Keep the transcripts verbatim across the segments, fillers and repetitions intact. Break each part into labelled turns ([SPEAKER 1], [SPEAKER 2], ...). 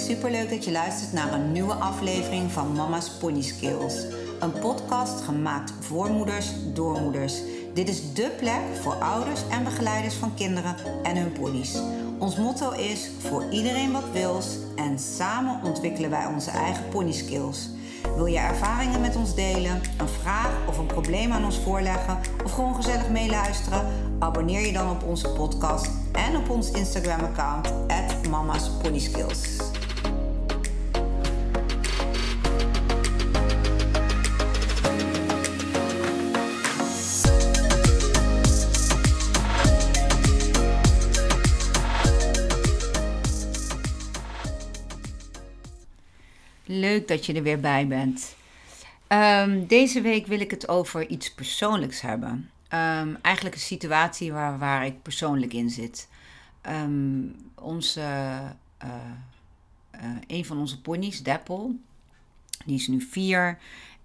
[SPEAKER 1] superleuk dat je luistert naar een nieuwe aflevering van Mama's Pony Skills. Een podcast gemaakt voor moeders, door moeders. Dit is dé plek voor ouders en begeleiders van kinderen en hun ponies. Ons motto is voor iedereen wat wils en samen ontwikkelen wij onze eigen pony skills. Wil je ervaringen met ons delen, een vraag of een probleem aan ons voorleggen of gewoon gezellig meeluisteren? Abonneer je dan op onze podcast en op ons Instagram-account at Mama's Pony Skills. Leuk dat je er weer bij bent. Um, deze week wil ik het over iets persoonlijks hebben. Um, eigenlijk een situatie waar, waar ik persoonlijk in zit. Um, onze, uh, uh, een van onze ponies, Dapple, die is nu vier.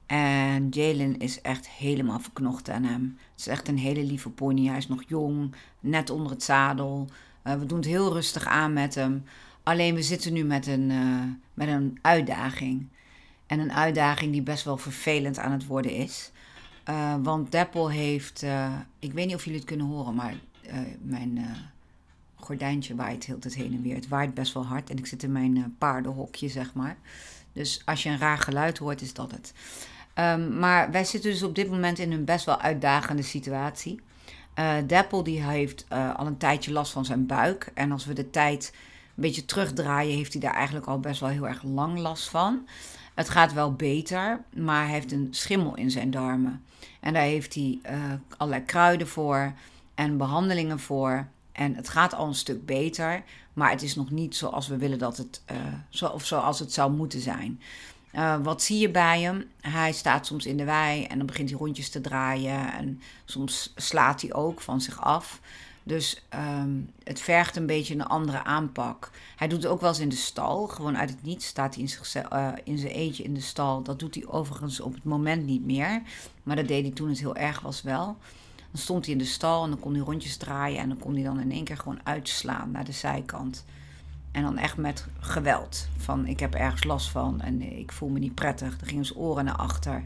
[SPEAKER 1] En Jalen is echt helemaal verknocht aan hem. Het is echt een hele lieve pony. Hij is nog jong, net onder het zadel. Uh, we doen het heel rustig aan met hem. Alleen we zitten nu met een, uh, met een uitdaging. En een uitdaging die best wel vervelend aan het worden is. Uh, want Dapple heeft... Uh, ik weet niet of jullie het kunnen horen, maar uh, mijn uh, gordijntje waait heel het heen en weer. Het waait best wel hard en ik zit in mijn uh, paardenhokje, zeg maar. Dus als je een raar geluid hoort, is dat het. Um, maar wij zitten dus op dit moment in een best wel uitdagende situatie. Uh, Dapple die heeft uh, al een tijdje last van zijn buik. En als we de tijd een beetje terugdraaien, heeft hij daar eigenlijk al best wel heel erg lang last van. Het gaat wel beter, maar hij heeft een schimmel in zijn darmen. En daar heeft hij uh, allerlei kruiden voor en behandelingen voor. En het gaat al een stuk beter, maar het is nog niet zoals we willen dat het, uh, zo, of zoals het zou moeten zijn. Uh, wat zie je bij hem? Hij staat soms in de wei en dan begint hij rondjes te draaien. En soms slaat hij ook van zich af. Dus um, het vergt een beetje een andere aanpak. Hij doet het ook wel eens in de stal. Gewoon uit het niets staat hij in, zichzelf, uh, in zijn eentje in de stal. Dat doet hij overigens op het moment niet meer. Maar dat deed hij toen het heel erg was wel. Dan stond hij in de stal en dan kon hij rondjes draaien. En dan kon hij dan in één keer gewoon uitslaan naar de zijkant. En dan echt met geweld. Van ik heb ergens last van en ik voel me niet prettig. Dan gingen zijn oren naar achter.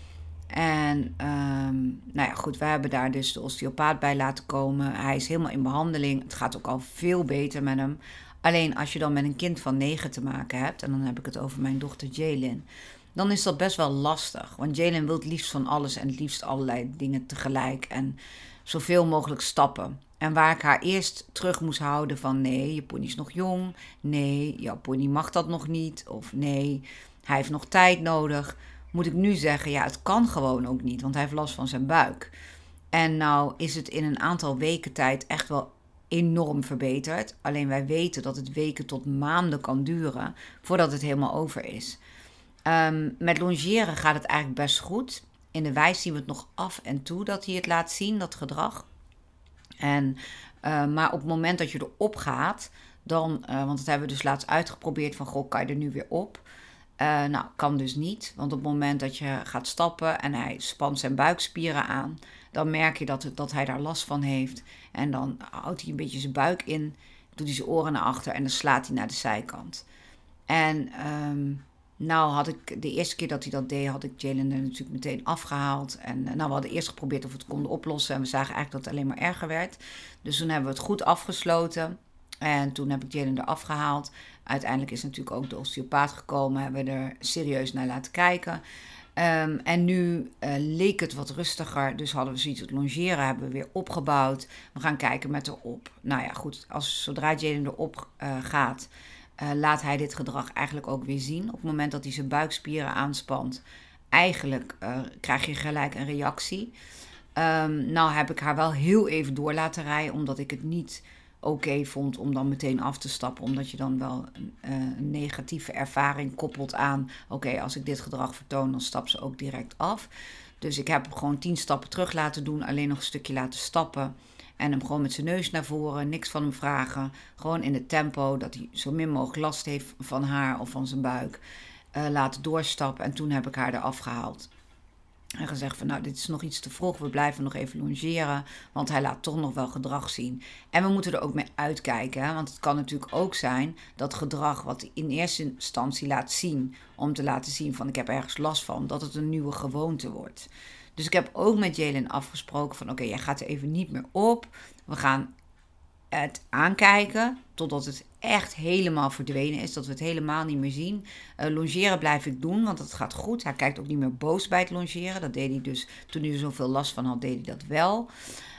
[SPEAKER 1] En um, nou ja, goed, we hebben daar dus de osteopaat bij laten komen. Hij is helemaal in behandeling. Het gaat ook al veel beter met hem. Alleen als je dan met een kind van negen te maken hebt, en dan heb ik het over mijn dochter Jalen, dan is dat best wel lastig. Want Jalen wil het liefst van alles en het liefst allerlei dingen tegelijk en zoveel mogelijk stappen. En waar ik haar eerst terug moest houden van nee, je pony is nog jong. Nee, jouw pony mag dat nog niet. Of nee, hij heeft nog tijd nodig. Moet ik nu zeggen, ja, het kan gewoon ook niet, want hij heeft last van zijn buik. En nou is het in een aantal weken tijd echt wel enorm verbeterd. Alleen wij weten dat het weken tot maanden kan duren voordat het helemaal over is. Um, met longeren gaat het eigenlijk best goed. In de wei zien we het nog af en toe dat hij het laat zien, dat gedrag. En, uh, maar op het moment dat je erop gaat, dan, uh, want dat hebben we dus laatst uitgeprobeerd van, goh, kan je er nu weer op? Uh, nou, kan dus niet, want op het moment dat je gaat stappen en hij spant zijn buikspieren aan, dan merk je dat, het, dat hij daar last van heeft. En dan houdt hij een beetje zijn buik in, doet hij zijn oren naar achter en dan slaat hij naar de zijkant. En um, nou had ik, de eerste keer dat hij dat deed, had ik Jalen er natuurlijk meteen afgehaald. En nou, we hadden eerst geprobeerd of we het konden oplossen en we zagen eigenlijk dat het alleen maar erger werd. Dus toen hebben we het goed afgesloten. En toen heb ik Jalen eraf gehaald. Uiteindelijk is natuurlijk ook de osteopaat gekomen. Hebben we er serieus naar laten kijken. Um, en nu uh, leek het wat rustiger. Dus hadden we zoiets, het longeren hebben we weer opgebouwd. We gaan kijken met erop. Nou ja, goed. Als, zodra Jalen erop uh, gaat, uh, laat hij dit gedrag eigenlijk ook weer zien. Op het moment dat hij zijn buikspieren aanspant, eigenlijk uh, krijg je gelijk een reactie. Um, nou heb ik haar wel heel even door laten rijden, omdat ik het niet oké okay vond om dan meteen af te stappen. Omdat je dan wel een, uh, een negatieve ervaring koppelt aan, oké, okay, als ik dit gedrag vertoon, dan stapt ze ook direct af. Dus ik heb hem gewoon tien stappen terug laten doen, alleen nog een stukje laten stappen. En hem gewoon met zijn neus naar voren, niks van hem vragen. Gewoon in het tempo dat hij zo min mogelijk last heeft van haar of van zijn buik. Uh, laten doorstappen en toen heb ik haar eraf gehaald. En gezegd van nou, dit is nog iets te vroeg, we blijven nog even longeren, want hij laat toch nog wel gedrag zien. En we moeten er ook mee uitkijken, hè? Want het kan natuurlijk ook zijn dat gedrag wat hij in eerste instantie laat zien, om te laten zien van ik heb ergens last van, dat het een nieuwe gewoonte wordt. Dus ik heb ook met Jalen afgesproken van oké, jij gaat er even niet meer op. We gaan het aankijken totdat het echt helemaal verdwenen is. Dat we het helemaal niet meer zien. Uh, longeren blijf ik doen, want dat gaat goed. Hij kijkt ook niet meer boos bij het longeren. Dat deed hij dus, toen hij er zoveel last van had, deed hij dat wel.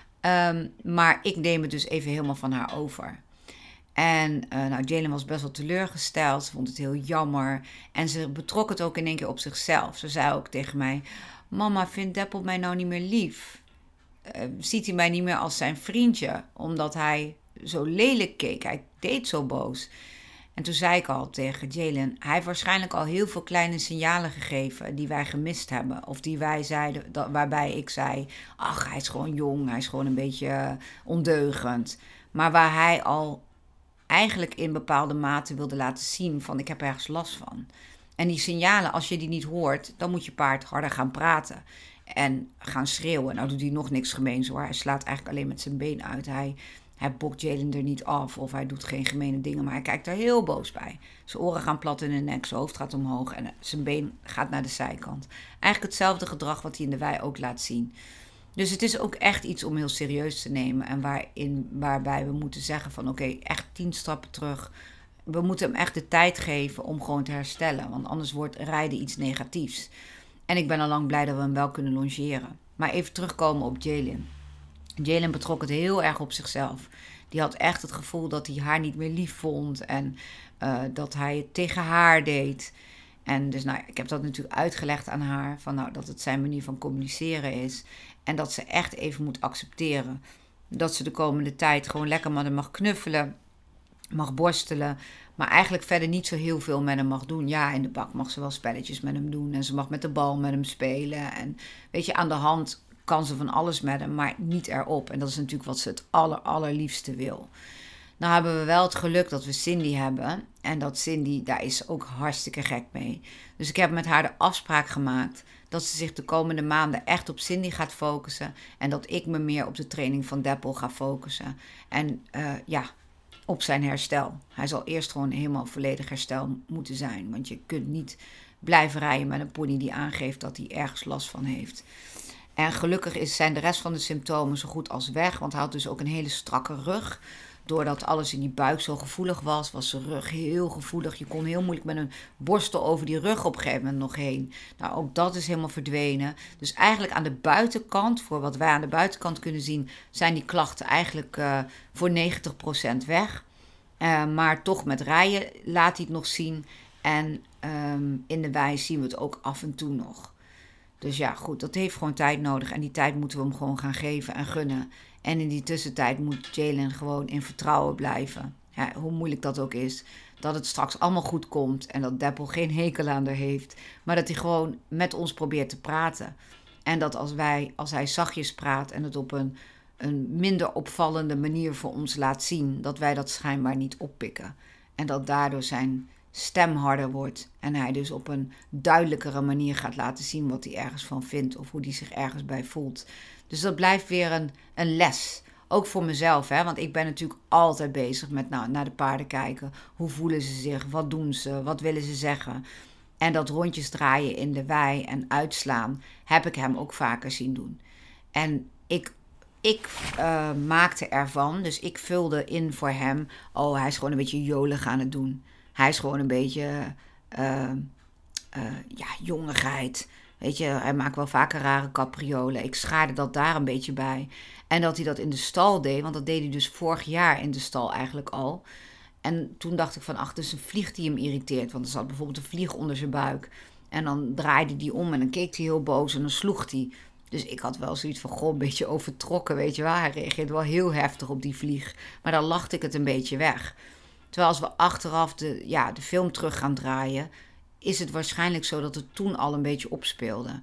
[SPEAKER 1] Um, maar ik neem het dus even helemaal van haar over. En uh, nou, Jalen was best wel teleurgesteld. Ze vond het heel jammer. En ze betrok het ook in één keer op zichzelf. Ze zei ook tegen mij: mama, vindt Deppel mij nou niet meer lief? Uh, ziet hij mij niet meer als zijn vriendje? Omdat hij zo lelijk keek. Hij deed zo boos. En toen zei ik al tegen Jalen: hij heeft waarschijnlijk al heel veel kleine signalen gegeven die wij gemist hebben. Of die wij zeiden, dat, waarbij ik zei: ach, hij is gewoon jong. Hij is gewoon een beetje ondeugend. Maar waar hij al eigenlijk in bepaalde mate wilde laten zien van ik heb ergens last van. En die signalen, als je die niet hoort, dan moet je paard harder gaan praten. En gaan schreeuwen. Nou doet hij nog niks gemeens hoor. Hij slaat eigenlijk alleen met zijn been uit. Hij, hij bokt Jalen er niet af. Of hij doet geen gemene dingen. Maar hij kijkt er heel boos bij. Zijn oren gaan plat in de nek. Zijn hoofd gaat omhoog. En zijn been gaat naar de zijkant. Eigenlijk hetzelfde gedrag wat hij in de wei ook laat zien. Dus het is ook echt iets om heel serieus te nemen. En waarin, waarbij we moeten zeggen van oké, okay, echt tien stappen terug. We moeten hem echt de tijd geven om gewoon te herstellen. Want anders wordt rijden iets negatiefs. En ik ben al lang blij dat we hem wel kunnen longeren. Maar even terugkomen op Jalen. Jalen betrok het heel erg op zichzelf. Die had echt het gevoel dat hij haar niet meer lief vond. En uh, dat hij het tegen haar deed. En dus nou, ik heb dat natuurlijk uitgelegd aan haar. Van, nou, dat het zijn manier van communiceren is. En dat ze echt even moet accepteren. Dat ze de komende tijd gewoon lekker met hem mag knuffelen. Mag borstelen. Maar eigenlijk verder niet zo heel veel met hem mag doen. Ja, in de bak mag ze wel spelletjes met hem doen. En ze mag met de bal met hem spelen. En weet je, aan de hand kan ze van alles met hem. Maar niet erop. En dat is natuurlijk wat ze het aller, allerliefste wil. Nou hebben we wel het geluk dat we Cindy hebben. En dat Cindy, daar is ook hartstikke gek mee. Dus ik heb met haar de afspraak gemaakt dat ze zich de komende maanden echt op Cindy gaat focussen. En dat ik me meer op de training van Deppel ga focussen. En uh, ja, op zijn herstel. Hij zal eerst gewoon helemaal volledig herstel moeten zijn. Want je kunt niet blijven rijden met een pony die aangeeft dat hij ergens last van heeft. En gelukkig is, zijn de rest van de symptomen zo goed als weg. Want hij had dus ook een hele strakke rug. Doordat alles in die buik zo gevoelig was, was zijn rug heel gevoelig. Je kon heel moeilijk met een borstel over die rug op een gegeven moment nog heen. Nou, ook dat is helemaal verdwenen. Dus eigenlijk aan de buitenkant, voor wat wij aan de buitenkant kunnen zien, zijn die klachten eigenlijk uh, voor negentig procent weg. Uh, maar toch met rijden laat hij het nog zien. En um, in de wei zien we het ook af en toe nog. Dus ja, goed, dat heeft gewoon tijd nodig. En die tijd moeten we hem gewoon gaan geven en gunnen. En in die tussentijd moet Jalen gewoon in vertrouwen blijven. Ja, hoe moeilijk dat ook is. Dat het straks allemaal goed komt. En dat Deppel geen hekel aan haar heeft. Maar dat hij gewoon met ons probeert te praten. En dat als, wij, als hij zachtjes praat en het op een, een minder opvallende manier voor ons laat zien. Dat wij dat schijnbaar niet oppikken. En dat daardoor zijn stem harder wordt. En hij dus op een duidelijkere manier gaat laten zien wat hij ergens van vindt. Of hoe hij zich ergens bij voelt. Dus dat blijft weer een, een les. Ook voor mezelf, hè? Want ik ben natuurlijk altijd bezig met nou, naar de paarden kijken. Hoe voelen ze zich? Wat doen ze? Wat willen ze zeggen? En dat rondjes draaien in de wei en uitslaan heb ik hem ook vaker zien doen. En ik, ik uh, maakte ervan, dus ik vulde in voor hem. Oh, hij is gewoon een beetje jolig aan het doen. Hij is gewoon een beetje uh, uh, ja, jongigheid. Weet je, hij maakt wel vaker rare capriolen. Ik schaarde dat daar een beetje bij. En dat hij dat in de stal deed, want dat deed hij dus vorig jaar in de stal eigenlijk al. En toen dacht ik van, ach, het is een vlieg die hem irriteert. Want er zat bijvoorbeeld een vlieg onder zijn buik. En dan draaide hij om en dan keek hij heel boos en dan sloeg hij. Dus ik had wel zoiets van, goh, een beetje overtrokken, weet je wel. Hij reageerde wel heel heftig op die vlieg. Maar dan lachte ik het een beetje weg. Terwijl als we achteraf de, ja, de film terug gaan draaien, is het waarschijnlijk zo dat het toen al een beetje opspeelde.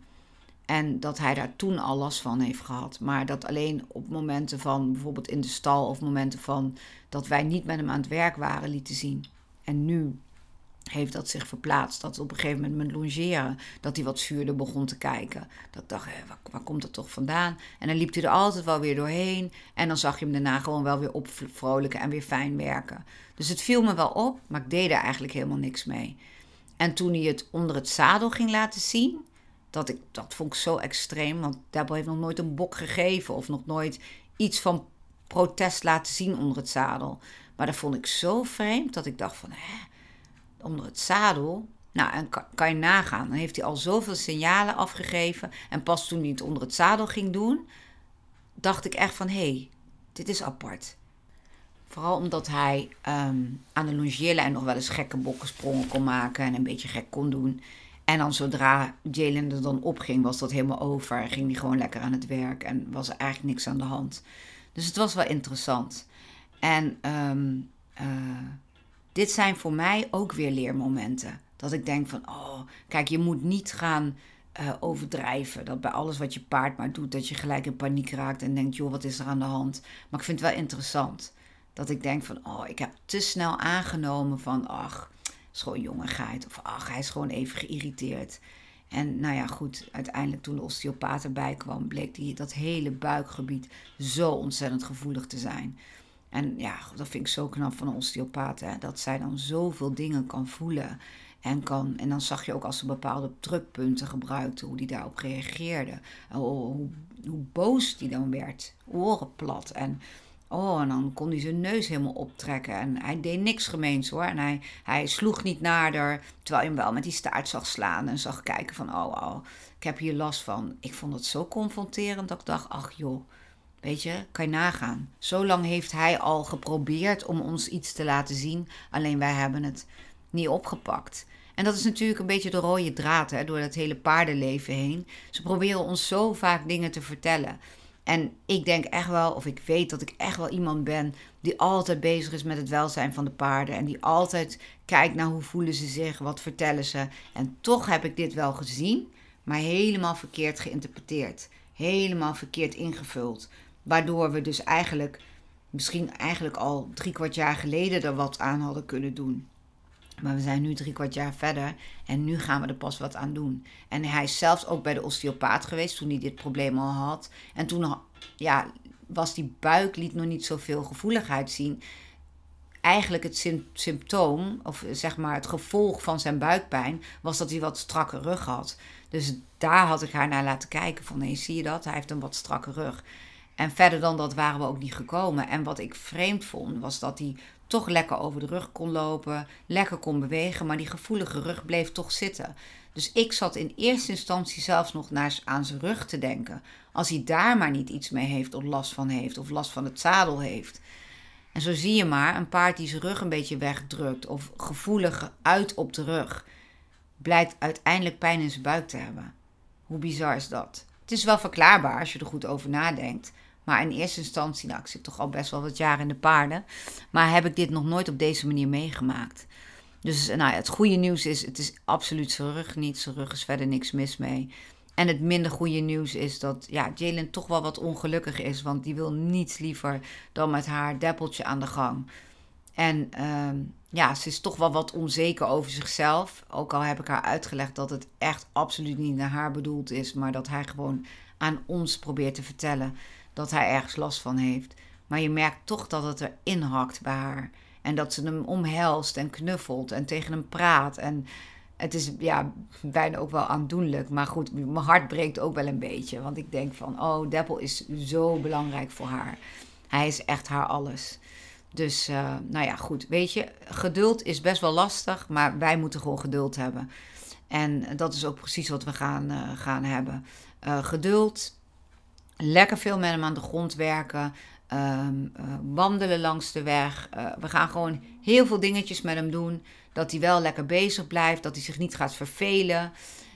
[SPEAKER 1] En dat hij daar toen al last van heeft gehad. Maar dat alleen op momenten van bijvoorbeeld in de stal of momenten van dat wij niet met hem aan het werk waren lieten zien. En nu heeft dat zich verplaatst. Dat op een gegeven moment met longeren, dat hij wat zuurder begon te kijken. Dat ik dacht, hé, waar, waar komt dat toch vandaan? En dan liep hij er altijd wel weer doorheen. En dan zag je hem daarna gewoon wel weer opvrolijken en weer fijn werken. Dus het viel me wel op, maar ik deed er eigenlijk helemaal niks mee. En toen hij het onder het zadel ging laten zien, dat, ik, dat vond ik zo extreem. Want Deppel heeft nog nooit een bok gegeven of nog nooit iets van protest laten zien onder het zadel. Maar dat vond ik zo vreemd dat ik dacht van, hè, onder het zadel. Nou, en kan, kan je nagaan. Dan heeft hij al zoveel signalen afgegeven. En pas toen hij het onder het zadel ging doen, dacht ik echt van, hé, hey, dit is apart. Vooral omdat hij um, aan de longeerlijn nog wel eens gekke bokkensprongen kon maken en een beetje gek kon doen. En dan zodra Jalen er dan opging, was dat helemaal over. En ging hij gewoon lekker aan het werk en was er eigenlijk niks aan de hand. Dus het was wel interessant. En um, uh, dit zijn voor mij ook weer leermomenten. Dat ik denk van, oh, kijk, je moet niet gaan uh, overdrijven. Dat bij alles wat je paard maar doet, dat je gelijk in paniek raakt en denkt, joh, wat is er aan de hand? Maar ik vind het wel interessant. Dat ik denk van, oh, ik heb te snel aangenomen van, ach, het is gewoon jongigheid. Of ach, hij is gewoon even geïrriteerd. En nou ja, goed, uiteindelijk toen de osteopaat erbij kwam, bleek die, dat hele buikgebied zo ontzettend gevoelig te zijn. En ja, dat vind ik zo knap van een osteopaat, hè, dat zij dan zoveel dingen kan voelen. En, kan, en dan zag je ook als ze bepaalde drukpunten gebruikte, hoe die daarop reageerde. Oh, hoe, hoe boos die dan werd, oren plat. En, oh, en dan kon hij zijn neus helemaal optrekken. En hij deed niks gemeens hoor. En hij, hij sloeg niet nader, terwijl je hem wel met die staart zag slaan. En zag kijken van, oh, oh, ik heb hier last van. Ik vond het zo confronterend dat ik dacht, ach joh. Weet je, kan je nagaan. Zo lang heeft hij al geprobeerd om ons iets te laten zien. Alleen wij hebben het niet opgepakt. En dat is natuurlijk een beetje de rode draad, hè, door het hele paardenleven heen. Ze proberen ons zo vaak dingen te vertellen. En ik denk echt wel, of ik weet dat ik echt wel iemand ben die altijd bezig is met het welzijn van de paarden. En die altijd kijkt naar hoe voelen ze zich, wat vertellen ze. En toch heb ik dit wel gezien, maar helemaal verkeerd geïnterpreteerd. Helemaal verkeerd ingevuld. Waardoor we dus eigenlijk, misschien eigenlijk al drie kwart jaar geleden er wat aan hadden kunnen doen. Maar we zijn nu drie kwart jaar verder en nu gaan we er pas wat aan doen. En hij is zelfs ook bij de osteopaat geweest toen hij dit probleem al had. En toen ja, was die buik, liet nog niet zoveel gevoeligheid zien. Eigenlijk het symptoom, of zeg maar het gevolg van zijn buikpijn, was dat hij wat strakke rug had. Dus daar had ik haar naar laten kijken van, hé, zie je dat? Hij heeft een wat strakke rug. En verder dan dat waren we ook niet gekomen. En wat ik vreemd vond, was dat hij toch lekker over de rug kon lopen, lekker kon bewegen, maar die gevoelige rug bleef toch zitten. Dus ik zat in eerste instantie zelfs nog naar, aan zijn rug te denken. Als hij daar maar niet iets mee heeft of last van heeft, of last van het zadel heeft. En zo zie je maar, een paard die zijn rug een beetje wegdrukt of gevoelig uit op de rug, blijkt uiteindelijk pijn in zijn buik te hebben. Hoe bizar is dat? Het is wel verklaarbaar als je er goed over nadenkt. Maar in eerste instantie, nou, ik zit toch al best wel wat jaren in de paarden. Maar heb ik dit nog nooit op deze manier meegemaakt. Dus nou ja, het goede nieuws is, het is absoluut zijn rug niet. Zijn rug is verder niks mis mee. En het minder goede nieuws is dat ja, Jalen toch wel wat ongelukkig is. Want die wil niets liever dan met haar Deppeltje aan de gang. En uh, ja, ze is toch wel wat onzeker over zichzelf. Ook al heb ik haar uitgelegd dat het echt absoluut niet naar haar bedoeld is. Maar dat hij gewoon aan ons probeert te vertellen dat hij ergens last van heeft. Maar je merkt toch dat het erin hakt bij haar. En dat ze hem omhelst en knuffelt en tegen hem praat. En het is ja, bijna ook wel aandoenlijk. Maar goed, mijn hart breekt ook wel een beetje. Want ik denk van, oh, Deppel is zo belangrijk voor haar. Hij is echt haar alles. Dus, uh, nou ja, goed. Weet je, geduld is best wel lastig. Maar wij moeten gewoon geduld hebben. En dat is ook precies wat we gaan, uh, gaan hebben. Uh, geduld. Lekker veel met hem aan de grond werken. Um, uh, wandelen langs de weg. Uh, we gaan gewoon heel veel dingetjes met hem doen. Dat hij wel lekker bezig blijft. Dat hij zich niet gaat vervelen.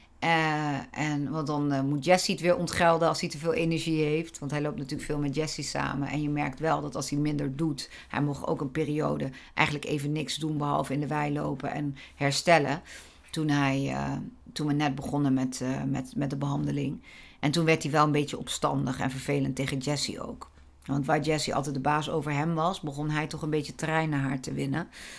[SPEAKER 1] Uh, en want dan uh, moet Jessie het weer ontgelden als hij te veel energie heeft. Want hij loopt natuurlijk veel met Jessie samen. En je merkt wel dat als hij minder doet. Hij mocht ook een periode eigenlijk even niks doen. Behalve in de wei lopen en herstellen. Toen, hij, uh, toen we net begonnen met, uh, met, met de behandeling. En toen werd hij wel een beetje opstandig en vervelend tegen Jessie ook. Want waar Jessie altijd de baas over hem was, begon hij toch een beetje terrein naar haar te winnen.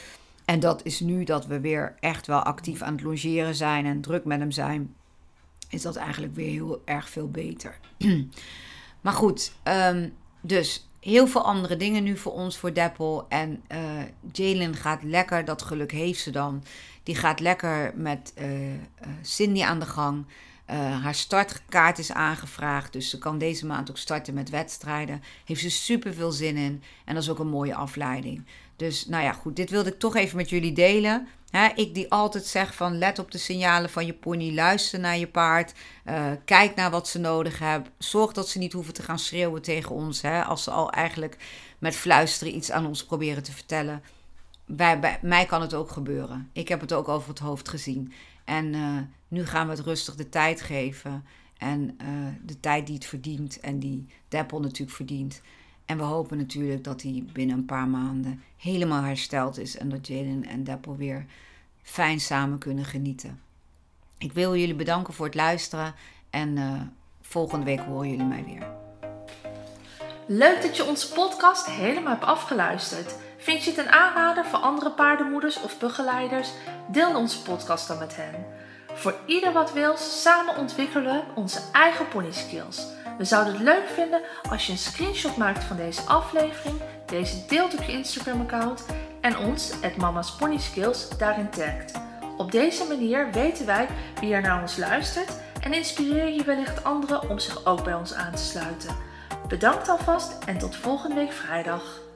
[SPEAKER 1] En dat is nu dat we weer echt wel actief aan het logeren zijn en druk met hem zijn, is dat eigenlijk weer heel erg veel beter. Maar goed, um, dus heel veel andere dingen nu voor ons, voor Dapple. En uh, Jalen gaat lekker, dat geluk heeft ze dan. Die gaat lekker met uh, uh, Cindy aan de gang. Uh, haar startkaart is aangevraagd, dus ze kan deze maand ook starten met wedstrijden. Heeft ze super veel zin in en dat is ook een mooie afleiding. Dus nou ja, goed, dit wilde ik toch even met jullie delen. He, ik die altijd zeg van let op de signalen van je pony, luister naar je paard, uh, kijk naar wat ze nodig hebben. Zorg dat ze niet hoeven te gaan schreeuwen tegen ons, he, als ze al eigenlijk met fluisteren iets aan ons proberen te vertellen. Bij, bij mij kan het ook gebeuren. Ik heb het ook over het hoofd gezien. En uh, nu gaan we het rustig de tijd geven. En uh, de tijd die het verdient en die Dapple natuurlijk verdient. En we hopen natuurlijk dat hij binnen een paar maanden helemaal hersteld is. En dat Jalen en Dapple weer fijn samen kunnen genieten. Ik wil jullie bedanken voor het luisteren. En uh, volgende week horen jullie mij weer.
[SPEAKER 2] Leuk dat je onze podcast helemaal hebt afgeluisterd. Vind je het een aanrader voor andere paardenmoeders of begeleiders? Deel onze podcast dan met hen. Voor ieder wat wil, samen ontwikkelen we onze eigen pony skills. We zouden het leuk vinden als je een screenshot maakt van deze aflevering, deze deelt op je Instagram account en ons, at Mama's Pony Skills, daarin tagt. Op deze manier weten wij wie er naar ons luistert en inspireer je wellicht anderen om zich ook bij ons aan te sluiten. Bedankt alvast en tot volgende week vrijdag.